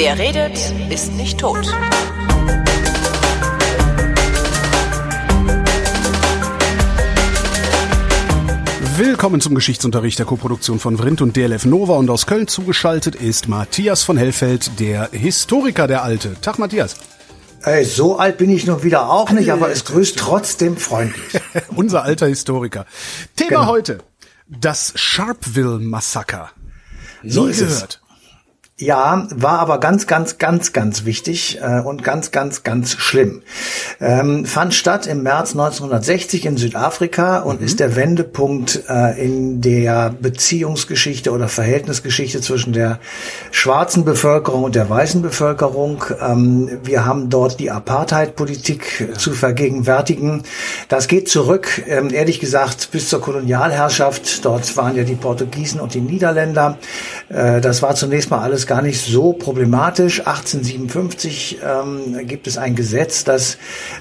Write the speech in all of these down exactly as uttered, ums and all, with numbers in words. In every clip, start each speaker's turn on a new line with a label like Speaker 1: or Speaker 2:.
Speaker 1: Wer redet, ist nicht tot.
Speaker 2: Willkommen zum Geschichtsunterricht der Koproduktion von Vrindt und D L F Nova, und aus Köln zugeschaltet ist Matthias von Hellfeld, der Historiker, der Alte. Tag, Matthias.
Speaker 3: Ey, so alt bin ich nun wieder auch nicht, aber es grüßt trotzdem freundlich.
Speaker 2: Unser alter Historiker. Thema
Speaker 3: Genau.
Speaker 2: heute: das Sharpeville-Massaker.
Speaker 3: So
Speaker 2: Nie
Speaker 3: ist es.
Speaker 2: gehört.
Speaker 3: Ja, war aber ganz, ganz, ganz, ganz wichtig äh, und ganz, ganz, ganz schlimm. Ähm, fand statt im März neunzehnhundertsechzig in Südafrika und mhm. ist der Wendepunkt äh, in der Beziehungsgeschichte oder Verhältnisgeschichte zwischen der schwarzen Bevölkerung und der weißen Bevölkerung. Ähm, wir haben dort die Apartheid-Politik ja. zu vergegenwärtigen. Das geht zurück, ähm, ehrlich gesagt, bis zur Kolonialherrschaft. Dort waren ja die Portugiesen und die Niederländer. Äh, das war zunächst mal alles gar nicht so problematisch. achtzehnhundertsiebenundfünfzig ähm, gibt es ein Gesetz, das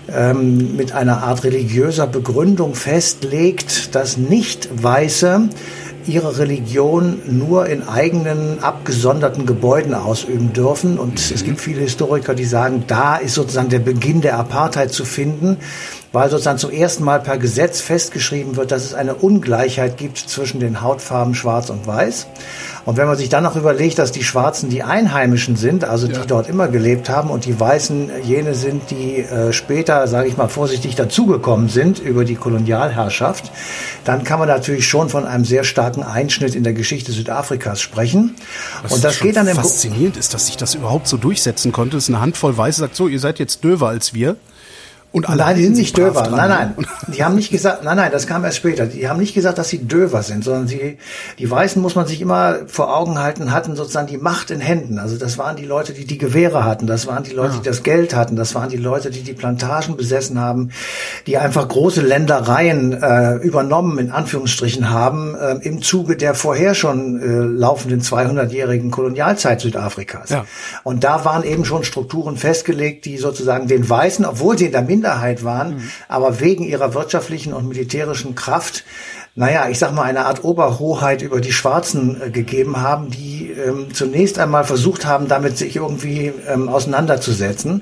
Speaker 3: ähm, mit einer Art religiöser Begründung festlegt, dass Nicht-Weiße ihre Religion nur in eigenen abgesonderten Gebäuden ausüben dürfen. Und es gibt viele Historiker, die sagen, da ist sozusagen der Beginn der Apartheid zu finden, weil sozusagen zum ersten Mal per Gesetz festgeschrieben wird, dass es eine Ungleichheit gibt zwischen den Hautfarben Schwarz und Weiß. Und wenn man sich dann noch überlegt, dass die Schwarzen die Einheimischen sind, also die ja. dort immer gelebt haben, und die Weißen jene sind, die äh, später, sage ich mal vorsichtig, dazugekommen sind über die Kolonialherrschaft, dann kann man natürlich schon von einem sehr starken Einschnitt in der Geschichte Südafrikas sprechen.
Speaker 2: Was
Speaker 3: und das geht dann im
Speaker 2: faszinierend ist, dass sich das überhaupt so durchsetzen konnte, dass eine Handvoll Weiße sagt, so, ihr seid jetzt döver als wir. Und alle
Speaker 3: nein, die sind nicht döver.
Speaker 2: Dran.
Speaker 3: Nein, nein. Die haben nicht gesagt, nein, nein, das kam erst später. Die haben nicht gesagt, dass sie döver sind, sondern sie, die Weißen, muss man sich immer vor Augen halten, hatten sozusagen die Macht in Händen. Also das waren die Leute, die die Gewehre hatten. Das waren die Leute, ja. die das Geld hatten. Das waren die Leute, die die Plantagen besessen haben, die einfach große Ländereien äh, übernommen, in Anführungsstrichen haben, äh, im Zuge der vorher schon äh, laufenden zweihundertjährigen Kolonialzeit Südafrikas. Ja. Und da waren eben schon Strukturen festgelegt, die sozusagen den Weißen, obwohl sie in der Minderheit waren, mhm. aber wegen ihrer wirtschaftlichen und militärischen Kraft, naja, ich sag mal, eine Art Oberhoheit über die Schwarzen äh, gegeben haben, die ähm, zunächst einmal versucht haben, damit sich irgendwie ähm, auseinanderzusetzen.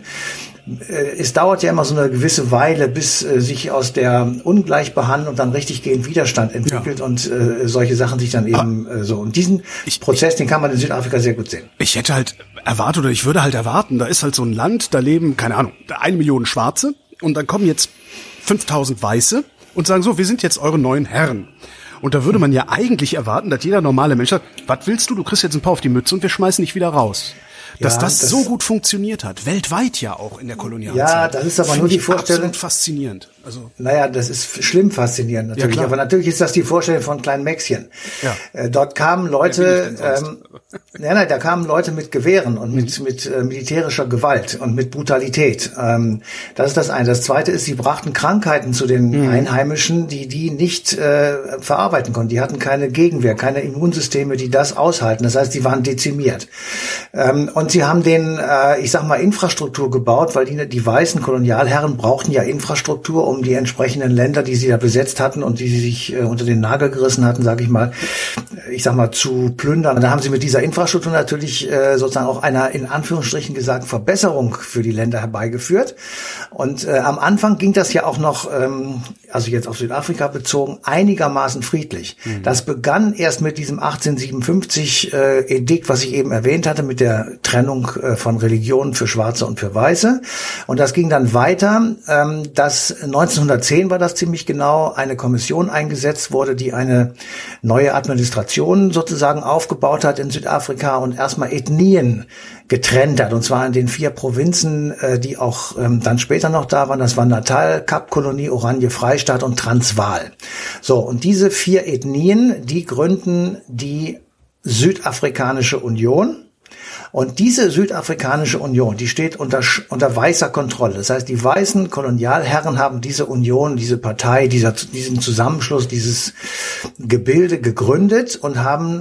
Speaker 3: Äh, es dauert ja immer so eine gewisse Weile, bis äh, sich aus der Ungleichbehandlung dann richtiggehend Widerstand entwickelt ja. und äh, solche Sachen sich dann eben äh, so. Und diesen ich, Prozess, den kann man in Südafrika sehr gut sehen.
Speaker 2: Ich hätte halt erwartet, oder ich würde halt erwarten, da ist halt so ein Land, da leben, keine Ahnung, eine Million Schwarze, und dann kommen jetzt fünftausend Weiße und sagen so, wir sind jetzt eure neuen Herren. Und da würde man ja eigentlich erwarten, dass jeder normale Mensch sagt, was willst du, du kriegst jetzt ein paar auf die Mütze und wir schmeißen dich wieder raus. Dass ja, das, das so gut funktioniert hat, weltweit ja auch in der Kolonialzeit.
Speaker 3: Ja, das ist aber nur die Vorstellung.
Speaker 2: Absolut faszinierend. Also
Speaker 3: naja, das ist schlimm faszinierend natürlich, ja, aber natürlich ist das die Vorstellung von Klein Maxchen. Ja. Äh, dort kamen Leute, ähm, ja, nein, da kamen Leute mit Gewehren und mit, mhm. mit äh, militärischer Gewalt und mit Brutalität. Ähm, das ist das eine. Das zweite ist, sie brachten Krankheiten zu den mhm. Einheimischen, die die nicht äh, verarbeiten konnten. Die hatten keine Gegenwehr, keine Immunsysteme, die das aushalten. Das heißt, die waren dezimiert. Ähm, und sie haben den, äh, ich sag mal, Infrastruktur gebaut, weil die, die weißen Kolonialherren brauchten ja Infrastruktur, um die entsprechenden Länder, die sie da besetzt hatten und die sie sich äh, unter den Nagel gerissen hatten, sage ich mal, ich sag mal, zu plündern. Da haben sie mit dieser Infrastruktur natürlich äh, sozusagen auch einer, in Anführungsstrichen gesagt, Verbesserung für die Länder herbeigeführt. Und äh, am Anfang ging das ja auch noch, ähm, also jetzt auf Südafrika bezogen, einigermaßen friedlich. Mhm. Das begann erst mit diesem achtzehnhundertsiebenundfünfzig äh, Edikt, was ich eben erwähnt hatte, mit der Trennung äh, von Religionen für Schwarze und für Weiße. Und das ging dann weiter, ähm, dass neunzehnhundertzehn war das ziemlich genau, eine Kommission eingesetzt wurde, die eine neue Administration sozusagen aufgebaut hat in Südafrika und erstmal Ethnien getrennt hat, und zwar in den vier Provinzen, äh, die auch ähm, dann später noch da waren. Das waren Natal, Kapkolonie, Oranje, Freistaat und Transvaal. So, und diese vier Ethnien, die gründen die Südafrikanische Union. Und diese Südafrikanische Union, die steht unter, unter weißer Kontrolle. Das heißt, die weißen Kolonialherren haben diese Union, diese Partei, dieser, diesen Zusammenschluss, dieses Gebilde gegründet und haben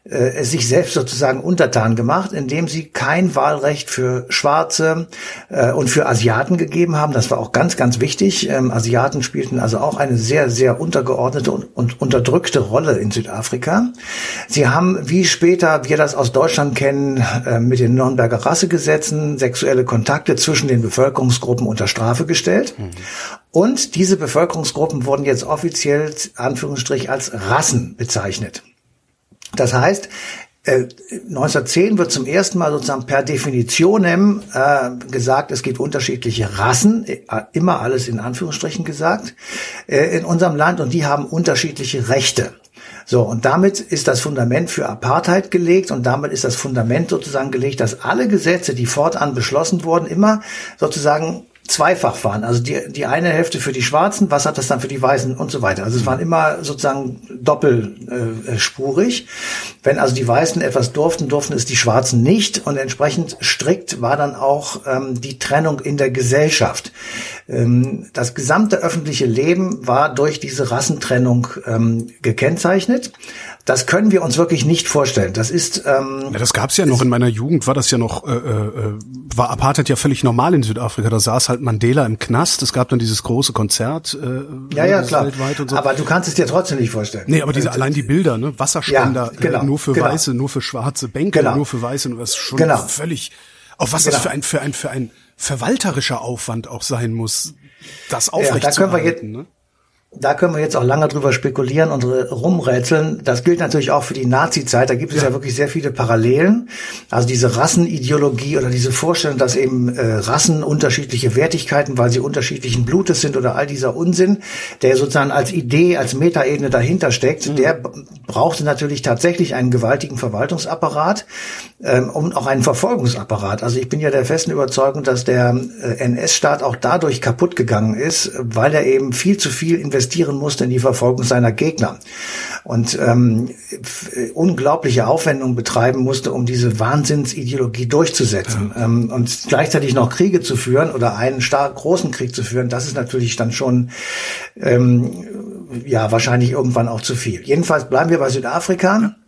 Speaker 3: äh, es sich selbst sozusagen untertan gemacht, indem sie kein Wahlrecht für Schwarze äh, und für Asiaten gegeben haben. Das war auch ganz, ganz wichtig. Ähm, Asiaten spielten also auch eine sehr, sehr untergeordnete und, und unterdrückte Rolle in Südafrika. Sie haben, wie später wir das aus Deutschland kennen, äh, mit den Nürnberger Rassegesetzen sexuelle Kontakte zwischen den Bevölkerungsgruppen unter Strafe gestellt. Mhm. Und diese Bevölkerungsgruppen wurden jetzt offiziell, Anführungsstrich, als Rassen bezeichnet. Das heißt, äh, neunzehnhundertzehn wird zum ersten Mal sozusagen per Definitionem äh, gesagt, es gibt unterschiedliche Rassen, äh, immer alles in Anführungsstrichen gesagt, äh, in unserem Land, und die haben unterschiedliche Rechte. So, und damit ist das Fundament für Apartheid gelegt, und damit ist das Fundament sozusagen gelegt, dass alle Gesetze, die fortan beschlossen wurden, immer sozusagen zweifach waren. Also die, die eine Hälfte für die Schwarzen, was hat das dann für die Weißen und so weiter. Also es waren immer sozusagen doppelspurig. Äh, Wenn also die Weißen etwas durften, durften es die Schwarzen nicht, und entsprechend strikt war dann auch ähm, die Trennung in der Gesellschaft. Ähm, das gesamte öffentliche Leben war durch diese Rassentrennung ähm, gekennzeichnet. Das können wir uns wirklich nicht vorstellen. Das ist ähm,
Speaker 2: ja, das gab's ja noch in meiner Jugend, war das ja noch, äh, äh, war Apartheid ja völlig normal in Südafrika. Da saß halt Mandela im Knast. Es gab dann dieses große Konzert äh,
Speaker 3: ja, ja, klar.
Speaker 2: weltweit und so.
Speaker 3: Aber du kannst es dir trotzdem nicht vorstellen.
Speaker 2: Nee, aber diese, allein die Bilder, ne, Wasserspender, ja, genau, äh, nur für
Speaker 3: genau.
Speaker 2: Weiße, nur für Schwarze, Bänke, genau. nur für Weiße, und was schon genau. völlig, auch was genau. das für ein für ein für ein verwalterischer Aufwand auch sein muss, das aufrechtzuerhalten, ja, ne?
Speaker 3: Da können wir jetzt auch lange drüber spekulieren und rumrätseln. Das gilt natürlich auch für die Nazi-Zeit. Da gibt es ja. ja wirklich sehr viele Parallelen. Also diese Rassenideologie oder diese Vorstellung, dass eben äh, Rassen unterschiedliche Wertigkeiten, weil sie unterschiedlichen Blutes sind, oder all dieser Unsinn, der sozusagen als Idee, als Metaebene dahinter steckt, mhm. der b- brauchte natürlich tatsächlich einen gewaltigen Verwaltungsapparat ähm, und auch einen Verfolgungsapparat. Also ich bin ja der festen Überzeugung, dass der äh, N S-Staat auch dadurch kaputt gegangen ist, weil er eben viel zu viel investiert investieren musste in die Verfolgung seiner Gegner und ähm, f- unglaubliche Aufwendungen betreiben musste, um diese Wahnsinnsideologie durchzusetzen. Ja. Ähm, und gleichzeitig noch Kriege zu führen oder einen stark großen Krieg zu führen, das ist natürlich dann schon ähm, ja wahrscheinlich irgendwann auch zu viel. Jedenfalls bleiben wir bei Südafrika. Ja.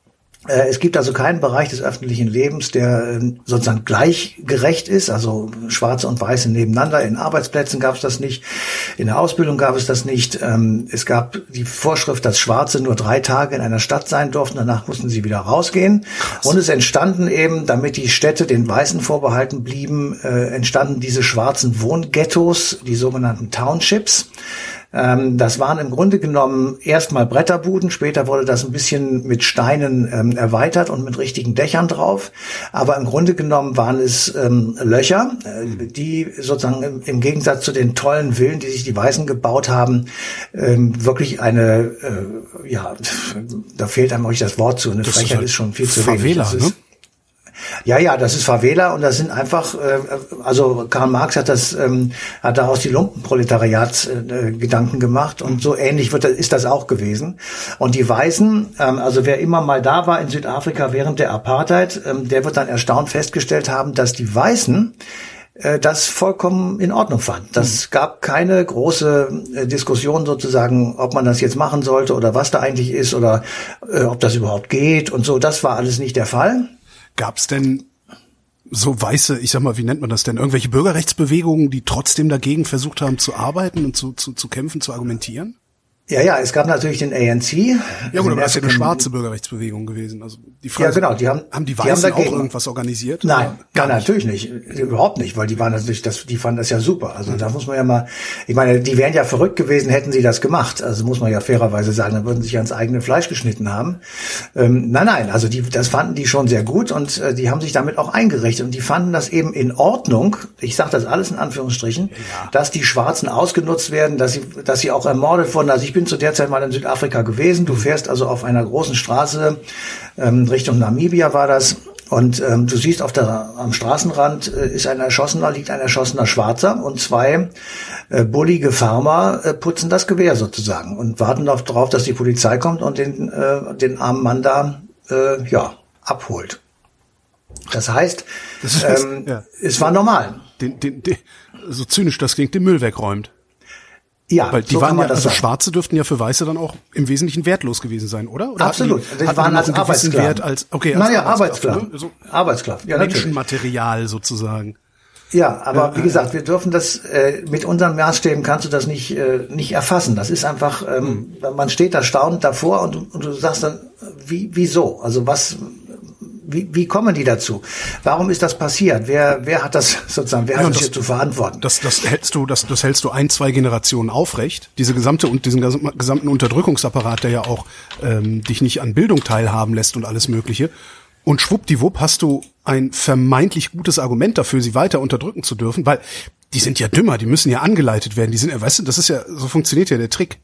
Speaker 3: Es gibt also keinen Bereich des öffentlichen Lebens, der sozusagen gleichgerecht ist, also Schwarze und Weiße nebeneinander. In Arbeitsplätzen gab es das nicht, in der Ausbildung gab es das nicht. Es gab die Vorschrift, dass Schwarze nur drei Tage in einer Stadt sein durften, danach mussten sie wieder rausgehen. Krass. Und es entstanden eben, damit die Städte den Weißen vorbehalten blieben, entstanden diese schwarzen Wohnghettos, die sogenannten Townships. Das waren im Grunde genommen erstmal Bretterbuden, später wurde das ein bisschen mit Steinen ähm, erweitert und mit richtigen Dächern drauf. Aber im Grunde genommen waren es ähm, Löcher, äh, die sozusagen im, im Gegensatz zu den tollen Villen, die sich die Weißen gebaut haben, ähm, wirklich eine, äh, ja, da fehlt einem euch das Wort zu, eine Frechheit ist, halt ist schon viel zu
Speaker 2: Favela,
Speaker 3: wenig. Das ist, ne? Ja, ja, das ist Favela, und das sind einfach, äh, also Karl Marx hat das, ähm, hat daraus die Lumpenproletariat-Gedanken äh, gemacht, und so ähnlich wird das, ist das auch gewesen. Und die Weißen, ähm, also wer immer mal da war in Südafrika während der Apartheid, ähm, der wird dann erstaunt festgestellt haben, dass die Weißen äh, das vollkommen in Ordnung fanden. Das mhm. gab keine große äh, Diskussion sozusagen, ob man das jetzt machen sollte oder was da eigentlich ist oder äh, ob das überhaupt geht und so. Das war alles nicht der Fall.
Speaker 2: Gab's denn so weiße, ich sag mal, wie nennt man das denn, irgendwelche Bürgerrechtsbewegungen, die trotzdem dagegen versucht haben zu arbeiten und zu, zu, zu kämpfen, zu argumentieren?
Speaker 3: Ja, ja, es gab natürlich den A N C.
Speaker 2: Ja gut, aber das ist ja eine schwarze Bürgerrechtsbewegung gewesen. Also die Frage,
Speaker 3: ja, genau, die haben,
Speaker 2: haben die Weißen die haben auch irgendwas organisiert?
Speaker 3: Nein, gar natürlich nicht. Überhaupt nicht, weil die waren natürlich, das, die fanden das ja super. Also mhm. da muss man ja mal, ich meine, die wären ja verrückt gewesen, hätten sie das gemacht. Also muss man ja fairerweise sagen, dann würden sie sich ans eigene Fleisch geschnitten haben. Ähm, nein, nein, also die, das fanden die schon sehr gut, und äh, die haben sich damit auch eingerichtet, und die fanden das eben in Ordnung. Ich sage das alles in Anführungsstrichen, ja. dass die Schwarzen ausgenutzt werden, dass sie, dass sie auch ermordet wurden. Also ich bin zu der Zeit mal in Südafrika gewesen. Du fährst also auf einer großen Straße ähm, Richtung Namibia war das, und ähm, du siehst auf der am Straßenrand äh, ist ein erschossener, liegt ein erschossener Schwarzer, und zwei äh, bullige Farmer äh, putzen das Gewehr sozusagen und warten darauf, dass die Polizei kommt und den äh, den armen Mann da äh, ja abholt. Das heißt, das heißt ähm, ja. es war normal.
Speaker 2: Den, den, den, so zynisch das klingt, den Müll wegräumt.
Speaker 3: Ja,
Speaker 2: weil die so waren ja, also sagen. Schwarze dürften ja für Weiße dann auch im Wesentlichen wertlos gewesen sein, oder? Oder
Speaker 3: absolut.
Speaker 2: Die,
Speaker 3: die waren als Arbeitssklaven.
Speaker 2: Wert als, okay, als
Speaker 3: naja, Arbeitssklaven. Ne? So Arbeitssklaven. Ja,
Speaker 2: Menschenmaterial natürlich. Sozusagen.
Speaker 3: Ja, aber ja, wie gesagt, wir dürfen das, äh, mit unseren Maßstäben kannst du das nicht, äh, nicht erfassen. Das ist einfach, ähm, mhm. man steht da staunend davor und, du, und du sagst dann, wie, wieso? Also was, wie, wie kommen die dazu? Warum ist das passiert? Wer, wer hat das sozusagen, wer ja, hat das, das hier zu verantworten?
Speaker 2: Das, das hältst du, das, das hältst du ein, zwei Generationen aufrecht. Diese gesamte und diesen gesamten Unterdrückungsapparat, der ja auch ähm, dich nicht an Bildung teilhaben lässt und alles Mögliche. Und schwuppdiwupp hast du ein vermeintlich gutes Argument dafür, sie weiter unterdrücken zu dürfen, weil die sind ja dümmer, die müssen ja angeleitet werden, die sind, weißt du, das ist ja, so funktioniert ja der Trick.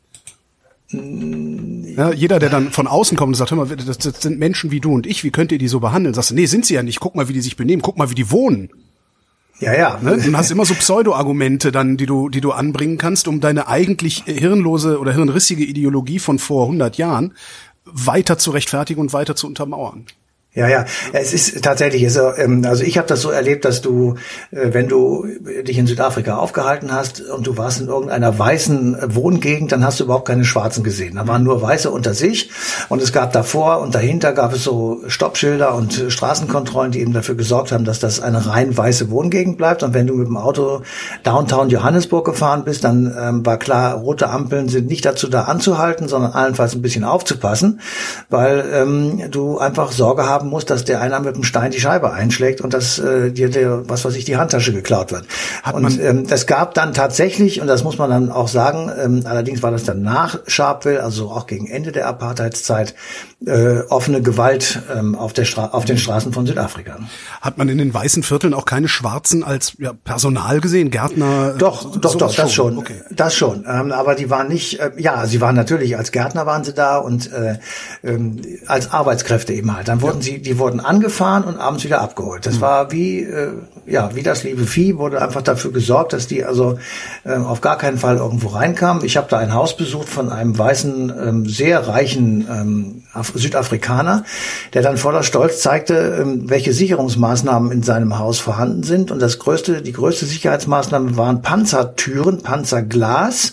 Speaker 2: Ja, jeder, der dann von außen kommt und sagt, hör mal, das, das sind Menschen wie du und ich, wie könnt ihr die so behandeln? Sagst du, nee, sind sie ja nicht, guck mal, wie die sich benehmen, guck mal, wie die wohnen.
Speaker 3: Ja, ja.
Speaker 2: Ne? Du hast immer so Pseudo-Argumente dann, die du, die du anbringen kannst, um deine eigentlich hirnlose oder hirnrissige Ideologie von vor hundert Jahren weiter zu rechtfertigen und weiter zu untermauern.
Speaker 3: Ja, ja, es ist tatsächlich, also, also ich habe das so erlebt, dass du, wenn du dich in Südafrika aufgehalten hast und du warst in irgendeiner weißen Wohngegend, dann hast du überhaupt keine Schwarzen gesehen. Da waren nur Weiße unter sich und es gab davor und dahinter gab es so Stoppschilder und Straßenkontrollen, die eben dafür gesorgt haben, dass das eine rein weiße Wohngegend bleibt. Und wenn du mit dem Auto Downtown Johannesburg gefahren bist, dann ähm, war klar, rote Ampeln sind nicht dazu da anzuhalten, sondern allenfalls ein bisschen aufzupassen, weil ähm, du einfach Sorge haben muss, dass der einer mit dem Stein die Scheibe einschlägt und dass äh, dir der, was weiß ich, die Handtasche geklaut wird. Hat und ähm, es gab dann tatsächlich, und das muss man dann auch sagen, ähm, allerdings war das dann nach Sharpeville, also auch gegen Ende der Apartheidszeit, äh, offene Gewalt ähm, auf der Stra- auf den Straßen von Südafrika.
Speaker 2: Hat man in den weißen Vierteln auch keine Schwarzen als ja, Personal gesehen, Gärtner?
Speaker 3: Doch, doch, doch, das schon, okay. das schon. Ähm, aber die waren nicht, äh, ja, sie waren natürlich als Gärtner waren sie da und äh, ähm, als Arbeitskräfte eben halt. Dann wurden ja. sie, die wurden angefahren und abends wieder abgeholt. Das mhm. war wie, äh, ja, wie das liebe Vieh, wurde einfach dafür gesorgt, dass die also äh, auf gar keinen Fall irgendwo reinkamen. Ich habe da ein Haus besucht von einem weißen, ähm, sehr reichen ähm, Südafrikaner, der dann voller Stolz zeigte, ähm, welche Sicherungsmaßnahmen in seinem Haus vorhanden sind. Und das größte, die größte Sicherheitsmaßnahme waren Panzertüren, Panzerglas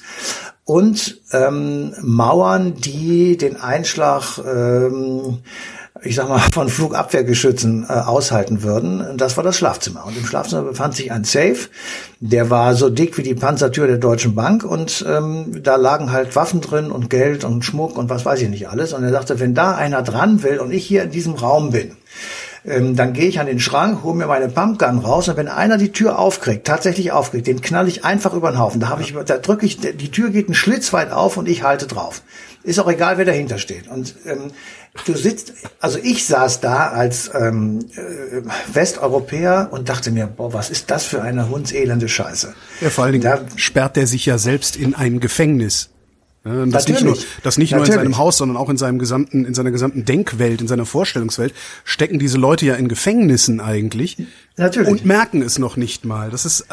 Speaker 3: und ähm, Mauern, die den Einschlag ähm, ich sag mal, von Flugabwehrgeschützen äh, aushalten würden. Das war das Schlafzimmer. Und im Schlafzimmer befand sich ein Safe, der war so dick wie die Panzertür der Deutschen Bank und ähm, da lagen halt Waffen drin und Geld und Schmuck und was weiß ich nicht alles. Und er sagte, wenn da einer dran will und ich hier in diesem Raum bin, ähm, dann gehe ich an den Schrank, hole mir meine Pumpgun raus und wenn einer die Tür aufkriegt, tatsächlich aufkriegt, den knall ich einfach über den Haufen. Da habe ich, da drücke ich, die Tür geht einen Schlitz weit auf und ich halte drauf. Ist auch egal, wer dahinter steht. Und ähm, du sitzt, also ich saß da als ähm, äh, Westeuropäer und dachte mir, boah, was ist das für eine hundselende Scheiße.
Speaker 2: Ja, vor allen Dingen da sperrt der sich ja selbst in ein Gefängnis. Ja, und das nicht nur, das nicht nur in seinem Haus, sondern auch in seinem gesamten, in seiner gesamten Denkwelt, in seiner Vorstellungswelt stecken diese Leute ja in Gefängnissen eigentlich.
Speaker 3: Natürlich.
Speaker 2: Und merken es noch nicht mal. Das ist,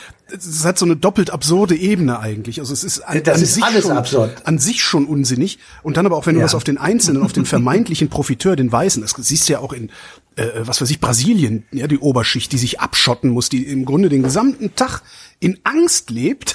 Speaker 2: es hat so eine doppelt absurde Ebene eigentlich. Also es ist, an,
Speaker 3: das
Speaker 2: an
Speaker 3: ist
Speaker 2: sich
Speaker 3: alles
Speaker 2: schon,
Speaker 3: absurd.
Speaker 2: an sich schon unsinnig. Und dann aber auch, wenn du
Speaker 3: ja.
Speaker 2: das auf den Einzelnen, auf den vermeintlichen Profiteur, den Weißen, das siehst du ja auch in, äh, was weiß ich, Brasilien, ja, die Oberschicht, die sich abschotten muss, die im Grunde den gesamten Tag in Angst lebt.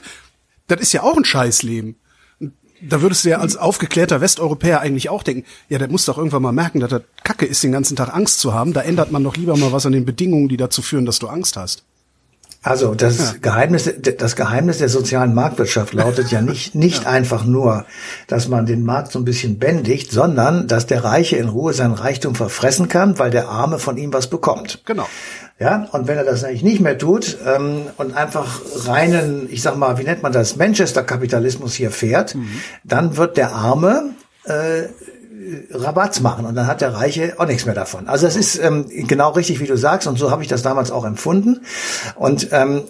Speaker 2: Das ist ja auch ein Scheißleben. Da würdest du ja als aufgeklärter Westeuropäer eigentlich auch denken, ja, der muss doch irgendwann mal merken, dass das Kacke ist, den ganzen Tag Angst zu haben. Da ändert man doch lieber mal was an den Bedingungen, die dazu führen, dass du Angst hast.
Speaker 3: Also das ja. Geheimnis, das Geheimnis der sozialen Marktwirtschaft lautet ja nicht nicht ja. einfach nur, dass man den Markt so ein bisschen bändigt, sondern dass der Reiche in Ruhe seinen Reichtum verfressen kann, weil der Arme von ihm was bekommt.
Speaker 2: Genau.
Speaker 3: Ja, und wenn er das eigentlich nicht mehr tut ähm, und einfach reinen, ich sag mal, wie nennt man das, Manchester-Kapitalismus hier fährt, mhm. dann wird der Arme äh, Rabatz machen und dann hat der Reiche auch nichts mehr davon. Also das ist ähm, genau richtig, wie du sagst, und so habe ich das damals auch empfunden. Und ähm,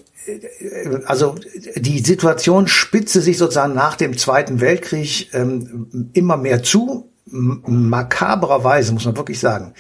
Speaker 3: also die Situation spitzte sich sozusagen nach dem Zweiten Weltkrieg ähm, immer mehr zu, makabrerweise, muss man wirklich sagen.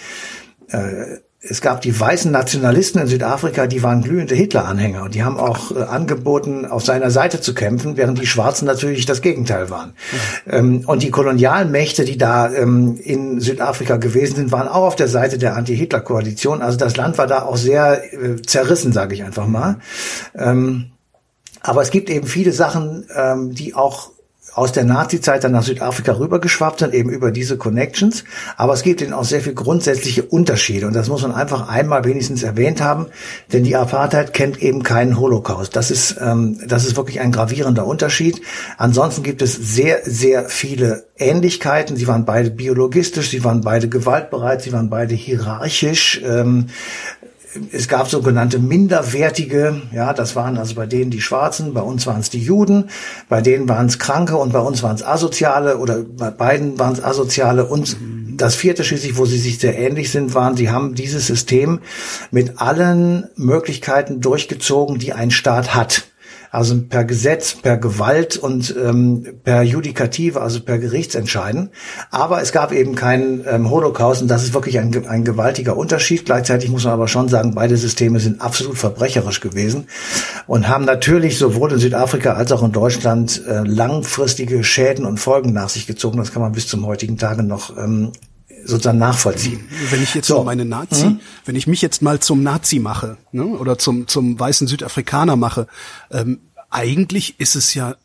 Speaker 3: Äh, Es gab die weißen Nationalisten in Südafrika, die waren glühende Hitler-Anhänger und die haben auch äh, angeboten, auf seiner Seite zu kämpfen, während die Schwarzen natürlich das Gegenteil waren. Ja. Ähm, und die Kolonialmächte, die da ähm, in Südafrika gewesen sind, waren auch auf der Seite der Anti-Hitler-Koalition. Also das Land war da auch sehr äh, zerrissen, sage ich einfach mal. Ähm, Aber es gibt eben viele Sachen, ähm, die auch aus der Nazi-Zeit dann nach Südafrika rübergeschwappt sind, eben über diese Connections. Aber es gibt eben auch sehr viel grundsätzliche Unterschiede. Und das muss man einfach einmal wenigstens erwähnt haben, denn die Apartheid kennt eben keinen Holocaust. Das ist, ähm, das ist wirklich ein gravierender Unterschied. Ansonsten gibt es sehr, sehr viele Ähnlichkeiten. Sie waren beide biologistisch, sie waren beide gewaltbereit, sie waren beide hierarchisch. Ähm, Es gab sogenannte Minderwertige, ja, das waren also bei denen die Schwarzen, bei uns waren es die Juden, bei denen waren es Kranke und bei uns waren es Asoziale oder bei beiden waren es Asoziale. Und das vierte schließlich, wo sie sich sehr ähnlich sind, waren, sie haben dieses System mit allen Möglichkeiten durchgezogen, die ein Staat hat. Also per Gesetz, per Gewalt und ähm, per Judikative, also per Gerichtsentscheiden. Aber es gab eben keinen ähm, Holocaust und das ist wirklich ein, ein gewaltiger Unterschied. Gleichzeitig muss man aber schon sagen, beide Systeme sind absolut verbrecherisch gewesen und haben natürlich sowohl in Südafrika als auch in Deutschland äh, langfristige Schäden und Folgen nach sich gezogen. Das kann man bis zum heutigen Tage noch ähm, sozusagen nachvollziehen.
Speaker 2: Wenn ich jetzt so meine Nazi, mhm. wenn ich mich jetzt mal zum Nazi mache, ne, oder zum zum weißen Südafrikaner mache, ähm, eigentlich ist es ja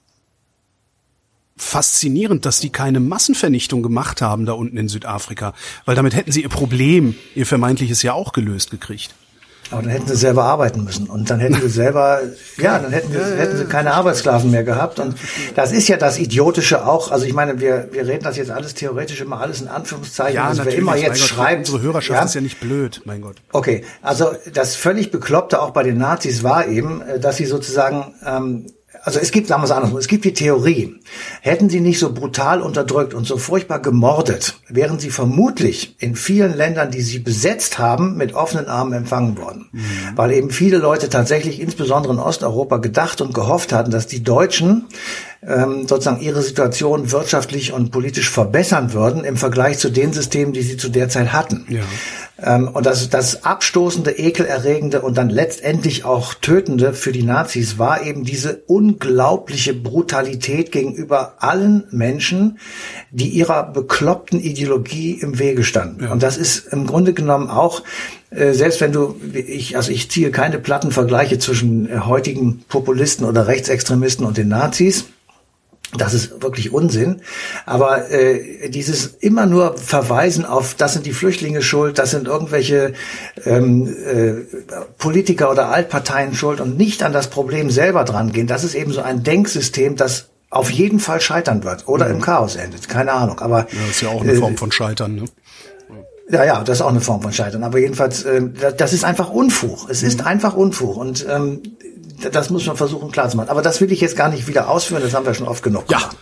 Speaker 2: faszinierend, dass die keine Massenvernichtung gemacht haben da unten in Südafrika, weil damit hätten sie ihr Problem, ihr vermeintliches ja auch gelöst gekriegt.
Speaker 3: Aber dann hätten sie selber arbeiten müssen und dann hätten sie selber, ja, dann hätten sie, hätten sie keine Arbeitssklaven mehr gehabt und das ist ja das Idiotische auch, also ich meine, wir wir reden das jetzt alles theoretisch immer alles in Anführungszeichen,
Speaker 2: ja,
Speaker 3: also wer immer jetzt
Speaker 2: Gott,
Speaker 3: schreibt.
Speaker 2: Unsere Hörerschaft
Speaker 3: ja?
Speaker 2: ist ja nicht blöd, mein Gott.
Speaker 3: Okay, also das völlig Bekloppte auch bei den Nazis war eben, dass sie sozusagen, ähm, also es gibt, sagen wir es andersrum, es gibt die Theorie, hätten sie nicht so brutal unterdrückt und so furchtbar gemordet, wären sie vermutlich in vielen Ländern, die sie besetzt haben, mit offenen Armen empfangen worden. Mhm. Weil eben viele Leute tatsächlich, insbesondere in Osteuropa, gedacht und gehofft hatten, dass die Deutschen ähm, sozusagen ihre Situation wirtschaftlich und politisch verbessern würden im Vergleich zu den Systemen, die sie zu der Zeit hatten. Ja. Ähm, und das, das abstoßende, ekelerregende und dann letztendlich auch tötende für die Nazis war eben diese unglaubliche Brutalität gegenüber allen Menschen, die ihrer bekloppten Ideologie im Wege standen. Ja. Und das ist im Grunde genommen auch, äh, selbst wenn du, ich, also ich ziehe keine platten Vergleiche zwischen äh, heutigen Populisten oder Rechtsextremisten und den Nazis. Das ist wirklich Unsinn. Aber äh, dieses immer nur Verweisen auf, das sind die Flüchtlinge schuld, das sind irgendwelche ähm, äh, Politiker oder Altparteien schuld und nicht an das Problem selber drangehen, das ist eben so ein Denksystem, das auf jeden Fall scheitern wird oder mhm. im Chaos endet. Keine Ahnung. Aber
Speaker 2: ja, das ist ja auch eine Form von Scheitern, ne?
Speaker 3: Ja, ja, das ist auch eine Form von Scheitern. Aber jedenfalls, äh, das ist einfach Unfug. Es ist mhm. einfach Unfug. Und ähm, das muss man versuchen klar zu machen. Aber das will ich jetzt gar nicht wieder ausführen, das haben wir schon oft genug gemacht.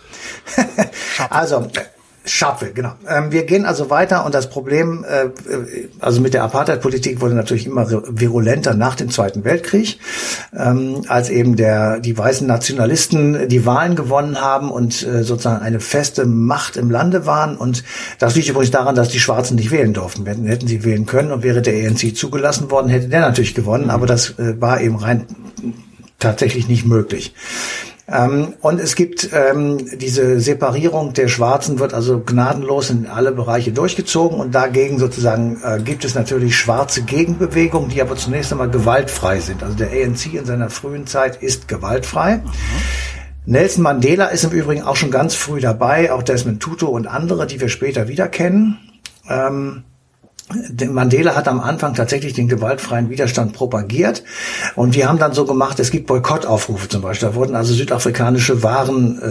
Speaker 3: Ja. Also, Sharpeville, genau. Ähm, wir gehen also weiter und das Problem, äh, also mit der Apartheid-Politik wurde natürlich immer virulenter nach dem Zweiten Weltkrieg, ähm, als eben der die weißen Nationalisten die Wahlen gewonnen haben und äh, sozusagen eine feste Macht im Lande waren. Und das liegt übrigens daran, dass die Schwarzen nicht wählen durften. Hätten, hätten sie wählen können und wäre der A N C zugelassen worden, hätte der natürlich gewonnen, aber das äh, war eben rein tatsächlich nicht möglich. Ähm, und es gibt ähm, diese Separierung der Schwarzen, wird also gnadenlos in alle Bereiche durchgezogen und dagegen sozusagen äh, gibt es natürlich schwarze Gegenbewegungen, die aber zunächst einmal gewaltfrei sind. Also der A N C in seiner frühen Zeit ist gewaltfrei. Mhm. Nelson Mandela ist im Übrigen auch schon ganz früh dabei, auch Desmond Tutu und andere, die wir später wieder kennen. Ähm, Mandela hat am Anfang tatsächlich den gewaltfreien Widerstand propagiert und die haben dann so gemacht, es gibt Boykottaufrufe zum Beispiel, da wurden also südafrikanische Waren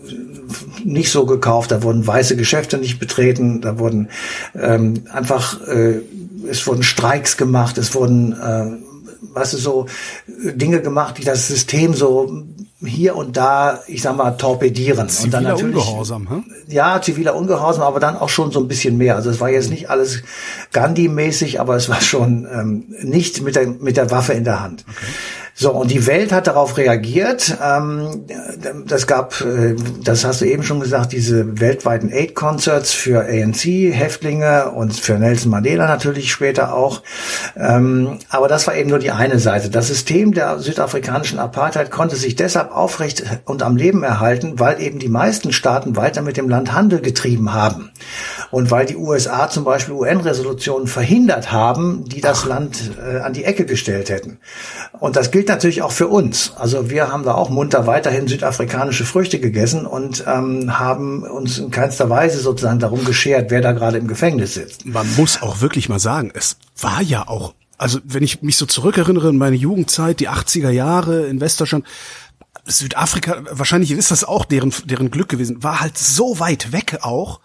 Speaker 3: äh, nicht so gekauft, da wurden weiße Geschäfte nicht betreten, da wurden ähm, einfach, äh, es wurden Streiks gemacht, es wurden, äh, was ist so, Dinge gemacht, die das System so hier und da, ich sag mal, torpedieren.
Speaker 2: Ziviler
Speaker 3: und dann
Speaker 2: natürlich, Ungehorsam, hm?
Speaker 3: Ja, ziviler Ungehorsam, aber dann auch schon so ein bisschen mehr. Also es war jetzt nicht alles Gandhi-mäßig, aber es war schon ähm, nicht mit der mit der Waffe in der Hand. Okay. So, und die Welt hat darauf reagiert. Ähm, das gab, äh, das hast du eben schon gesagt, diese weltweiten Aid-Concerts für A N C-Häftlinge und für Nelson Mandela natürlich später auch. Ähm, aber das war eben nur die eine Seite. Das System der südafrikanischen Apartheid konnte sich deshalb aufrecht und am Leben erhalten, weil eben die meisten Staaten weiter mit dem Land Handel getrieben haben. und weil die U S A zum Beispiel U N-Resolutionen verhindert haben, die das Ach. Land äh, an die Ecke gestellt hätten. Und das gilt natürlich auch für uns. Also wir haben da auch munter weiterhin südafrikanische Früchte gegessen und ähm, haben uns in keinster Weise sozusagen darum geschert, wer da gerade im Gefängnis sitzt.
Speaker 2: Man muss auch wirklich mal sagen, es war ja auch, also wenn ich mich so zurückerinnere in meine Jugendzeit, die achtziger Jahre in Westdeutschland, Südafrika, wahrscheinlich ist das auch deren deren Glück gewesen, war halt so weit weg auch.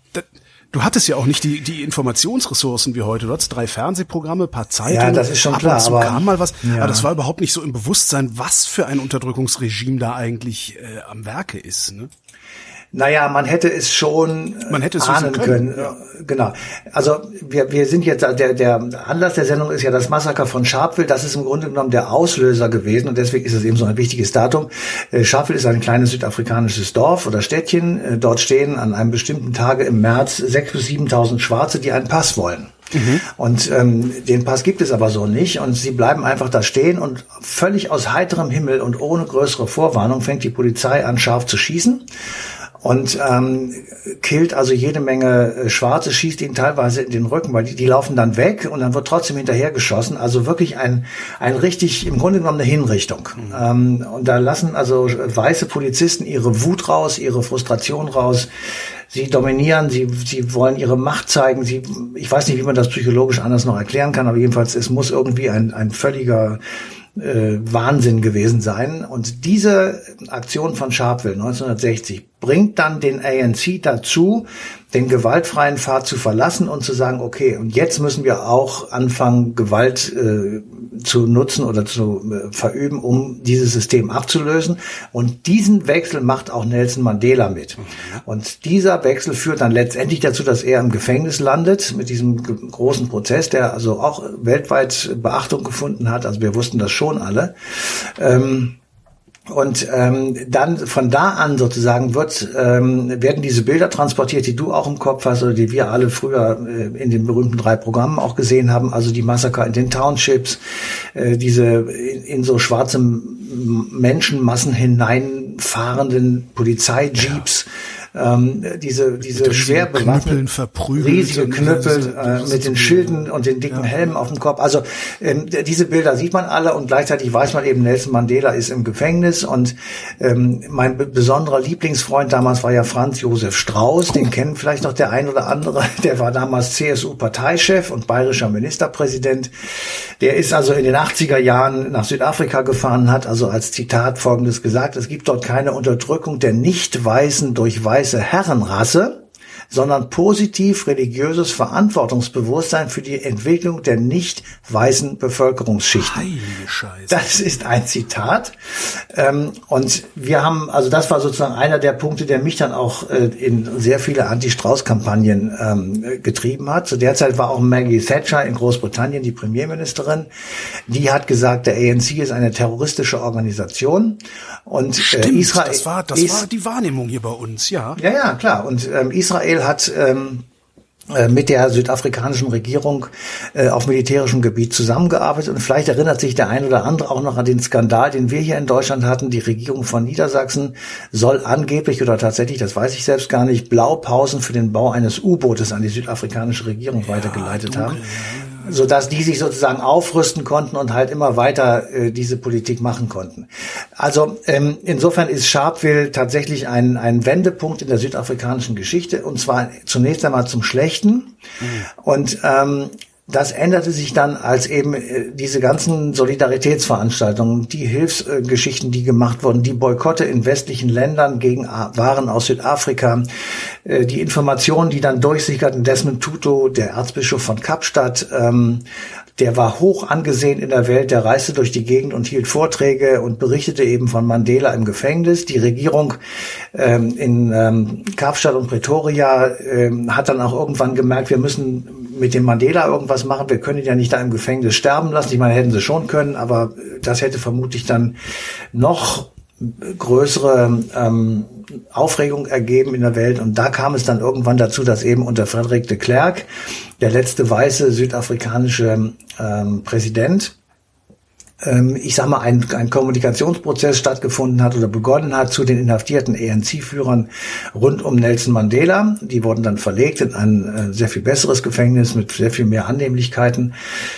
Speaker 2: Du hattest ja auch nicht die die Informationsressourcen wie heute. Du hattest drei Fernsehprogramme, paar Zeitungen.
Speaker 3: Ja, das ist schon
Speaker 2: ab
Speaker 3: klar.
Speaker 2: Und zu
Speaker 3: aber,
Speaker 2: kam mal was.
Speaker 3: Ja.
Speaker 2: Aber das war überhaupt nicht so im Bewusstsein, was für ein Unterdrückungsregime da eigentlich äh, am Werke ist, ne?
Speaker 3: Naja, man hätte es schon
Speaker 2: man hätte es
Speaker 3: ahnen können. können. Ja. Genau. Also wir wir sind jetzt, der der Anlass der Sendung ist ja das Massaker von Sharpeville. Das ist im Grunde genommen der Auslöser gewesen und deswegen ist es eben so ein wichtiges Datum. Sharpeville ist ein kleines südafrikanisches Dorf oder Städtchen. Dort stehen an einem bestimmten Tage im März sechstausend bis siebentausend Schwarze, die einen Pass wollen. Mhm. Und ähm, den Pass gibt es aber so nicht und sie bleiben einfach da stehen und völlig aus heiterem Himmel und ohne größere Vorwarnung fängt die Polizei an, scharf zu schießen. Und ähm, killt also jede Menge äh, Schwarze, schießt ihnen teilweise in den Rücken, weil die, die laufen dann weg und dann wird trotzdem hinterher geschossen. Also wirklich ein ein richtig, im Grunde genommen eine Hinrichtung. Mhm. Ähm, und da lassen also weiße Polizisten ihre Wut raus, ihre Frustration raus. Sie dominieren, sie sie wollen ihre Macht zeigen. Sie, ich weiß nicht, wie man das psychologisch anders noch erklären kann, aber jedenfalls, es muss irgendwie ein ein völliger Äh, Wahnsinn gewesen sein. Und diese Aktion von Sharpeville neunzehnhundertsechzig bringt dann den A N C dazu, den gewaltfreien Pfad zu verlassen und zu sagen, okay, und jetzt müssen wir auch anfangen, Gewalt äh, zu nutzen oder zu äh, verüben, um dieses System abzulösen. Und diesen Wechsel macht auch Nelson Mandela mit. Und dieser Wechsel führt dann letztendlich dazu, dass er im Gefängnis landet mit diesem g- großen Prozess, der also auch weltweit Beachtung gefunden hat. Also wir wussten das schon alle. Ähm, Und ähm, dann von da an sozusagen wird ähm, werden diese Bilder transportiert, die du auch im Kopf hast oder die wir alle früher äh, in den berühmten drei Programmen auch gesehen haben. Also die Massaker in den Townships, äh, diese in, in so schwarze Menschenmassen hineinfahrenden Polizeijeeps. Ja. Ähm, diese diese schwer bewaffneten, riesige Knüppel äh, mit den Schilden und den dicken ja. Helmen auf dem Kopf. Also ähm, diese Bilder sieht man alle und gleichzeitig weiß man eben, Nelson Mandela ist im Gefängnis und ähm, mein b- besonderer Lieblingsfreund damals war ja Franz Josef Strauß, den kennen vielleicht noch der ein oder andere, der war damals C S U-Parteichef und bayerischer Ministerpräsident. Der ist also in den achtziger Jahren nach Südafrika gefahren, hat also als Zitat Folgendes gesagt: Es gibt dort keine Unterdrückung der Nicht-Weißen durch weiße Herrenrasse, sondern positiv religiöses Verantwortungsbewusstsein für die Entwicklung der nicht weißen Bevölkerungsschichten.
Speaker 2: Heilige Scheiße.
Speaker 3: Das ist ein Zitat. Ähm, und wir haben, also das war sozusagen einer der Punkte, der mich dann auch äh, in sehr viele Anti-Strauß-Kampagnen ähm, getrieben hat. Zu der Zeit war auch Maggie Thatcher in Großbritannien die Premierministerin. Die hat gesagt, der A N C ist eine terroristische Organisation. Und
Speaker 2: Stimmt,
Speaker 3: äh, Israel,
Speaker 2: das war das
Speaker 3: ist,
Speaker 2: war die Wahrnehmung hier bei uns, ja.
Speaker 3: Ja, ja, klar. Und ähm, Israel hat ähm, äh, mit der südafrikanischen Regierung äh, auf militärischem Gebiet zusammengearbeitet. Und vielleicht erinnert sich der ein oder andere auch noch an den Skandal, den wir hier in Deutschland hatten. Die Regierung von Niedersachsen soll angeblich oder tatsächlich, das weiß ich selbst gar nicht, Blaupausen für den Bau eines U-Bootes an die südafrikanische Regierung ja, weitergeleitet dunkel, haben. Ja. Sodass die sich sozusagen aufrüsten konnten und halt immer weiter äh, diese Politik machen konnten. Also ähm, insofern ist Sharpeville tatsächlich ein, ein Wendepunkt in der südafrikanischen Geschichte und zwar zunächst einmal zum Schlechten. Mhm. Und ähm, das änderte sich dann, als eben äh, diese ganzen Solidaritätsveranstaltungen, die Hilfsgeschichten, äh, die gemacht wurden, die Boykotte in westlichen Ländern gegen äh, Waren aus Südafrika, äh, die Informationen, die dann durchsickerten. Desmond Tutu, der Erzbischof von Kapstadt, ähm, der war hoch angesehen in der Welt, der reiste durch die Gegend und hielt Vorträge und berichtete eben von Mandela im Gefängnis. Die Regierung ähm, in ähm, Kapstadt und Pretoria ähm, hat dann auch irgendwann gemerkt, wir müssen mit dem Mandela irgendwas machen, wir können ihn ja nicht da im Gefängnis sterben lassen. Ich meine, hätten sie schon können, aber das hätte vermutlich dann noch größere ähm, Aufregung ergeben in der Welt. Und da kam es dann irgendwann dazu, dass eben unter Frederick de Klerk, der letzte weiße südafrikanische ähm, Präsident, ähm, ich sag mal, ein, ein Kommunikationsprozess stattgefunden hat oder begonnen hat zu den inhaftierten A N C-Führern rund um Nelson Mandela. Die wurden dann verlegt in ein äh, sehr viel besseres Gefängnis mit sehr viel mehr Annehmlichkeiten,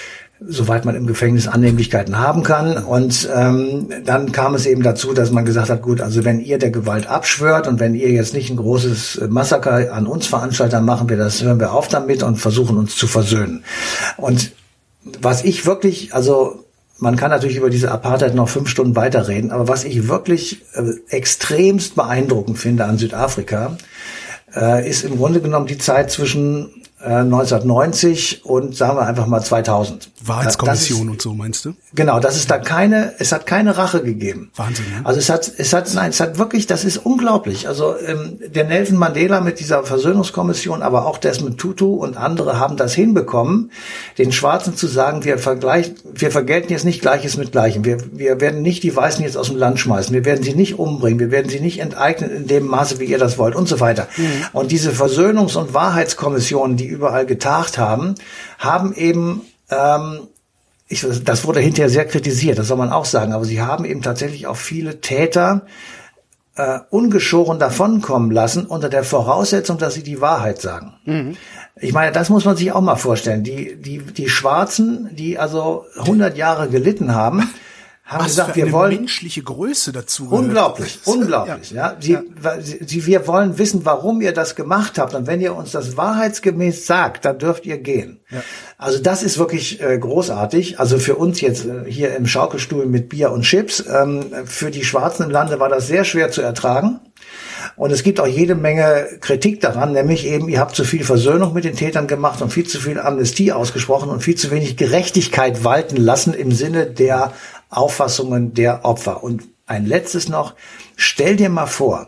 Speaker 3: soweit man im Gefängnis Annehmlichkeiten haben kann. Und ähm, dann kam es eben dazu, dass man gesagt hat, gut, also wenn ihr der Gewalt abschwört und wenn ihr jetzt nicht ein großes Massaker an uns Veranstalter machen wir das, hören wir auf damit und versuchen uns zu versöhnen. Und was ich wirklich, also man kann natürlich über diese Apartheid noch fünf Stunden weiterreden, aber was ich wirklich äh, extremst beeindruckend finde an Südafrika, äh, ist im Grunde genommen die Zeit zwischen neunzehnhundertneunzig und sagen wir einfach mal zweitausend.
Speaker 2: Wahrheitskommission ist, und so, meinst du?
Speaker 3: Genau, das ist da keine, es hat keine Rache gegeben.
Speaker 2: Wahnsinn, ja?
Speaker 3: Also es hat, es hat, nein, es hat wirklich, das ist unglaublich. Also ähm, der Nelson Mandela mit dieser Versöhnungskommission, aber auch Desmond Tutu und andere haben das hinbekommen, den Schwarzen zu sagen, wir vergleichen, wir vergelten jetzt nicht Gleiches mit Gleichem. Wir, wir werden nicht die Weißen jetzt aus dem Land schmeißen. Wir werden sie nicht umbringen. Wir werden sie nicht enteignen in dem Maße, wie ihr das wollt und so weiter. Mhm. Und diese Versöhnungs- und Wahrheitskommissionen, die überall getagt haben, haben eben, ähm, ich, das wurde hinterher sehr kritisiert, das soll man auch sagen, aber sie haben eben tatsächlich auch viele Täter äh, ungeschoren davonkommen lassen, unter der Voraussetzung, dass sie die Wahrheit sagen. Mhm. Ich meine, das muss man sich auch mal vorstellen. Die, die, die Schwarzen, die also hundert Jahre gelitten haben, haben
Speaker 2: Was
Speaker 3: gesagt,
Speaker 2: für
Speaker 3: wir
Speaker 2: eine
Speaker 3: wollen
Speaker 2: menschliche Größe dazu.
Speaker 3: Unglaublich,
Speaker 2: gehört.
Speaker 3: unglaublich. Ja, ja. Sie,
Speaker 2: ja.
Speaker 3: Sie, wir wollen wissen, warum ihr das gemacht habt. Und wenn ihr uns das wahrheitsgemäß sagt, dann dürft ihr gehen. Ja. Also das ist wirklich äh, großartig. Also für uns jetzt äh, hier im Schaukelstuhl mit Bier und Chips. Ähm, für die Schwarzen im Lande war das sehr schwer zu ertragen. Und es gibt auch jede Menge Kritik daran, nämlich eben, ihr habt zu viel Versöhnung mit den Tätern gemacht und viel zu viel Amnestie ausgesprochen und viel zu wenig Gerechtigkeit walten lassen im Sinne der Auffassungen der Opfer. Und ein letztes noch, stell dir mal vor,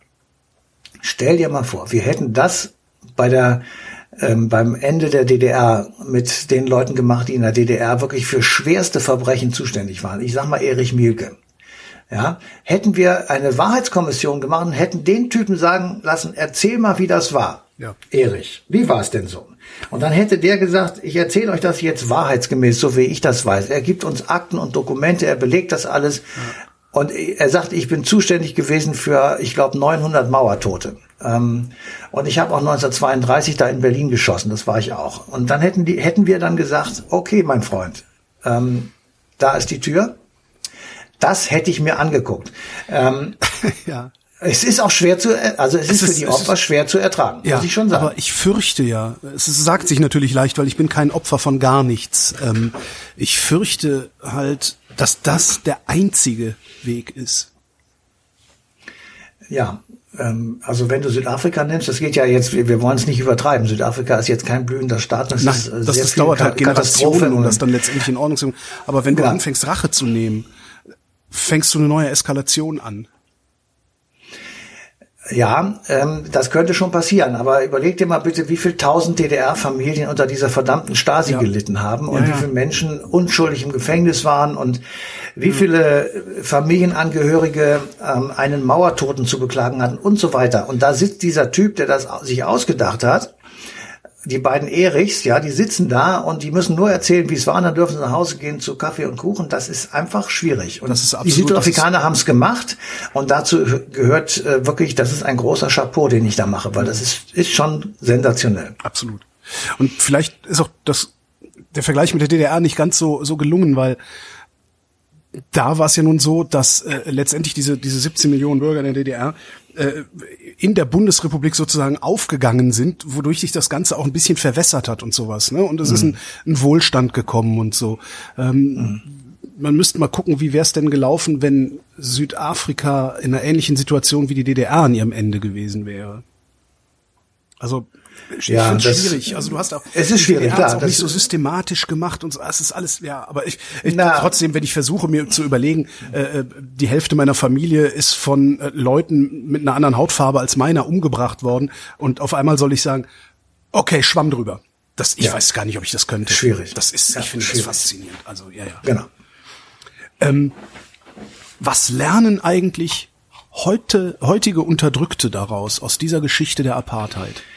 Speaker 3: stell dir mal vor, wir hätten das bei der ähm, beim Ende der D D R mit den Leuten gemacht, die in der D D R wirklich für schwerste Verbrechen zuständig waren. Ich sag mal Erich Mielke. Ja, hätten wir eine Wahrheitskommission gemacht und hätten den Typen sagen lassen, erzähl mal, wie das war. Ja. Erich, wie war es denn so? Und dann hätte der gesagt, ich erzähle euch das jetzt wahrheitsgemäß, so wie ich das weiß. Er gibt uns Akten und Dokumente, er belegt das alles. Ja. Und er sagt, ich bin zuständig gewesen für, ich glaube, neunhundert Mauertote. Ähm, und ich habe auch neunzehnhundertzweiunddreißig da in Berlin geschossen, das war ich auch. Und dann hätten die, hätten wir dann gesagt, okay, mein Freund, ähm, da ist die Tür. Das hätte ich mir angeguckt. Ähm, ja. Es ist auch schwer zu, also es, es ist für ist, die Opfer schwer zu ertragen, ja, muss ich schon sagen.
Speaker 2: Aber ich fürchte ja, es sagt sich natürlich leicht, weil ich bin kein Opfer von gar nichts. Ähm, ich fürchte halt, dass das der einzige Weg ist.
Speaker 3: Ja, ähm, also wenn du Südafrika nimmst, das geht ja jetzt, wir wollen es nicht übertreiben. Südafrika ist jetzt kein blühender Staat. Das
Speaker 2: Nein,
Speaker 3: ist
Speaker 2: das,
Speaker 3: sehr
Speaker 2: das
Speaker 3: viel
Speaker 2: dauert halt Generationen, um das
Speaker 3: dann
Speaker 2: dann letztendlich in Ordnung zu bringen. Aber wenn du ja. anfängst, Rache zu nehmen, fängst du eine neue Eskalation an.
Speaker 3: Ja, ähm, das könnte schon passieren, aber überleg dir mal bitte, wie viel tausend D D R-Familien unter dieser verdammten Stasi ja. gelitten haben und ja, ja. wie viele Menschen unschuldig im Gefängnis waren und wie viele Familienangehörige ähm, einen Mauertoten zu beklagen hatten und so weiter. Und da sitzt dieser Typ, der das sich ausgedacht hat, die beiden Erichs, ja, die sitzen da und die müssen nur erzählen, wie es war, und dann dürfen sie nach Hause gehen zu Kaffee und Kuchen. Das ist einfach schwierig. Und
Speaker 2: das ist absolut,
Speaker 3: die Südafrikaner haben es gemacht und dazu gehört äh, wirklich, das ist ein großer Chapeau, den ich da mache, weil das ist, ist schon sensationell.
Speaker 2: Absolut. Und vielleicht ist auch das, der Vergleich mit der D D R nicht ganz so, so gelungen, weil da war es ja nun so, dass äh, letztendlich diese diese siebzehn Millionen Bürger in der D D R äh, in der Bundesrepublik sozusagen aufgegangen sind, wodurch sich das Ganze auch ein bisschen verwässert hat und sowas. Ne? Und es mhm. ist ein, ein Wohlstand gekommen und so. Ähm, mhm. Man müsste mal gucken, wie wäre es denn gelaufen, wenn Südafrika in einer ähnlichen Situation wie die D D R an ihrem Ende gewesen wäre. Also ich
Speaker 3: ja,
Speaker 2: finde es schwierig. Also du hast auch,
Speaker 3: es ist schwierig, klar,
Speaker 2: auch
Speaker 3: das
Speaker 2: nicht so systematisch gemacht und so. Es ist alles, ja, aber ich, ich trotzdem, wenn ich versuche mir zu überlegen, äh, die Hälfte meiner Familie ist von äh, Leuten mit einer anderen Hautfarbe als meiner umgebracht worden und auf einmal soll ich sagen, okay, schwamm drüber. Das, ich ja. weiß gar nicht, ob ich das könnte.
Speaker 3: Schwierig.
Speaker 2: Das ist,
Speaker 3: ja,
Speaker 2: ich finde
Speaker 3: schwierig.
Speaker 2: das faszinierend. Also ja, ja.
Speaker 3: Genau.
Speaker 2: Ähm, was lernen eigentlich heute heutige Unterdrückte daraus aus dieser Geschichte der Apartheid?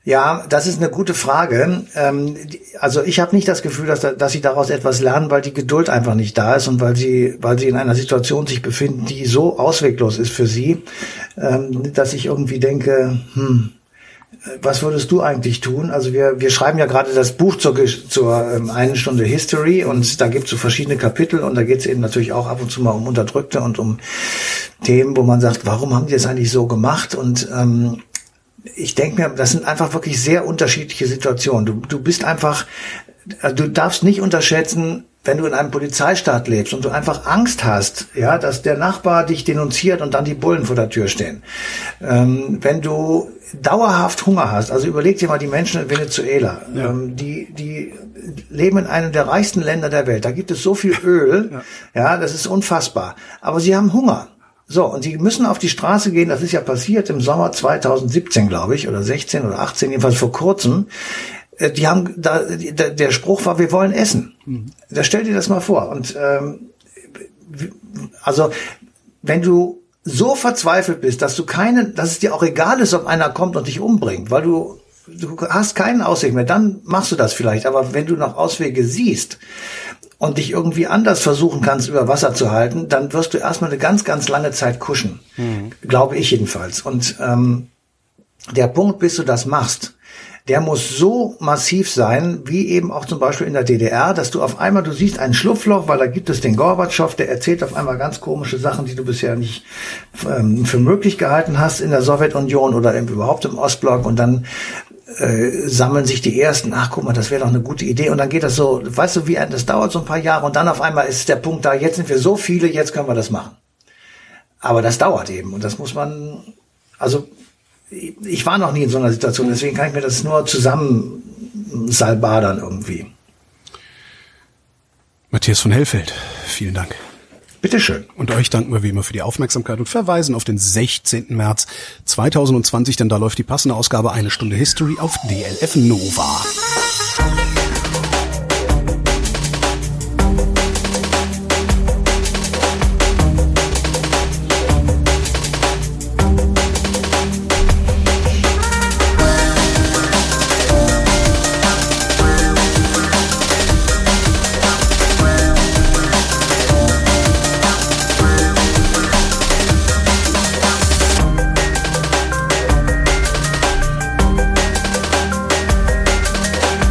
Speaker 3: Ja, das ist eine gute Frage. Also ich habe nicht das Gefühl, dass, dass sie daraus etwas lernen, weil die Geduld einfach nicht da ist und weil sie, weil sie in einer Situation sich befinden, die so ausweglos ist für sie, dass ich irgendwie denke, hm, was würdest du eigentlich tun? Also wir wir schreiben ja gerade das Buch zur, zur ähm, einen Stunde History und da gibt es so verschiedene Kapitel und da geht es eben natürlich auch ab und zu mal um Unterdrückte und um Themen, wo man sagt, warum haben die das eigentlich so gemacht? Und ähm, ich denke mir, das sind einfach wirklich sehr unterschiedliche Situationen. Du du bist einfach, du darfst nicht unterschätzen, wenn du in einem Polizeistaat lebst und du einfach Angst hast, ja, dass der Nachbar dich denunziert und dann die Bullen vor der Tür stehen. Ähm, wenn du dauerhaft Hunger hast, also überleg dir mal die Menschen in Venezuela, ja. ähm, die die leben in einem der reichsten Länder der Welt. Da gibt es so viel Öl, ja, ja das ist unfassbar. Aber sie haben Hunger. So, und sie müssen auf die Straße gehen. Das ist ja passiert im Sommer zweitausendsiebzehn, glaube ich, oder sechzehn oder achtzehn, jedenfalls vor kurzem. Die haben da, der Spruch war, wir wollen essen. Mhm. Da stell dir das mal vor. Und ähm, also wenn du so verzweifelt bist, dass du keinen, dass es dir auch egal ist, ob einer kommt und dich umbringt, weil du du hast keinen Ausweg mehr, dann machst du das vielleicht. Aber wenn du noch Auswege siehst und dich irgendwie anders versuchen kannst, über Wasser zu halten, dann wirst du erstmal eine ganz, ganz lange Zeit kuschen. Mhm. Glaube ich jedenfalls. Und ähm, der Punkt, bis du das machst, der muss so massiv sein, wie eben auch zum Beispiel in der D D R, dass du auf einmal, du siehst ein Schlupfloch, weil da gibt es den Gorbatschow, der erzählt auf einmal ganz komische Sachen, die du bisher nicht ähm, für möglich gehalten hast in der Sowjetunion oder im, überhaupt im Ostblock und dann äh, sammeln sich die Ersten, ach guck mal, das wäre doch eine gute Idee und dann geht das so, weißt du, wie das dauert so ein paar Jahre und dann auf einmal ist der Punkt da, jetzt sind wir so viele, jetzt können wir das machen. Aber das dauert eben und das muss man, also ich war noch nie in so einer Situation, deswegen kann ich mir das nur zusammen salbadern irgendwie.
Speaker 2: Matthias von Hellfeld, vielen Dank.
Speaker 3: Bitteschön.
Speaker 2: Und euch danken wir wie immer für die Aufmerksamkeit und verweisen auf den sechzehnten März zweitausendzwanzig, denn da läuft die passende Ausgabe Eine Stunde History auf D L F Nova.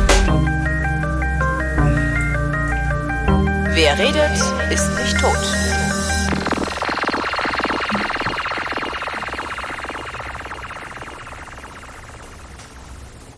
Speaker 1: Wer redet, ist nicht tot.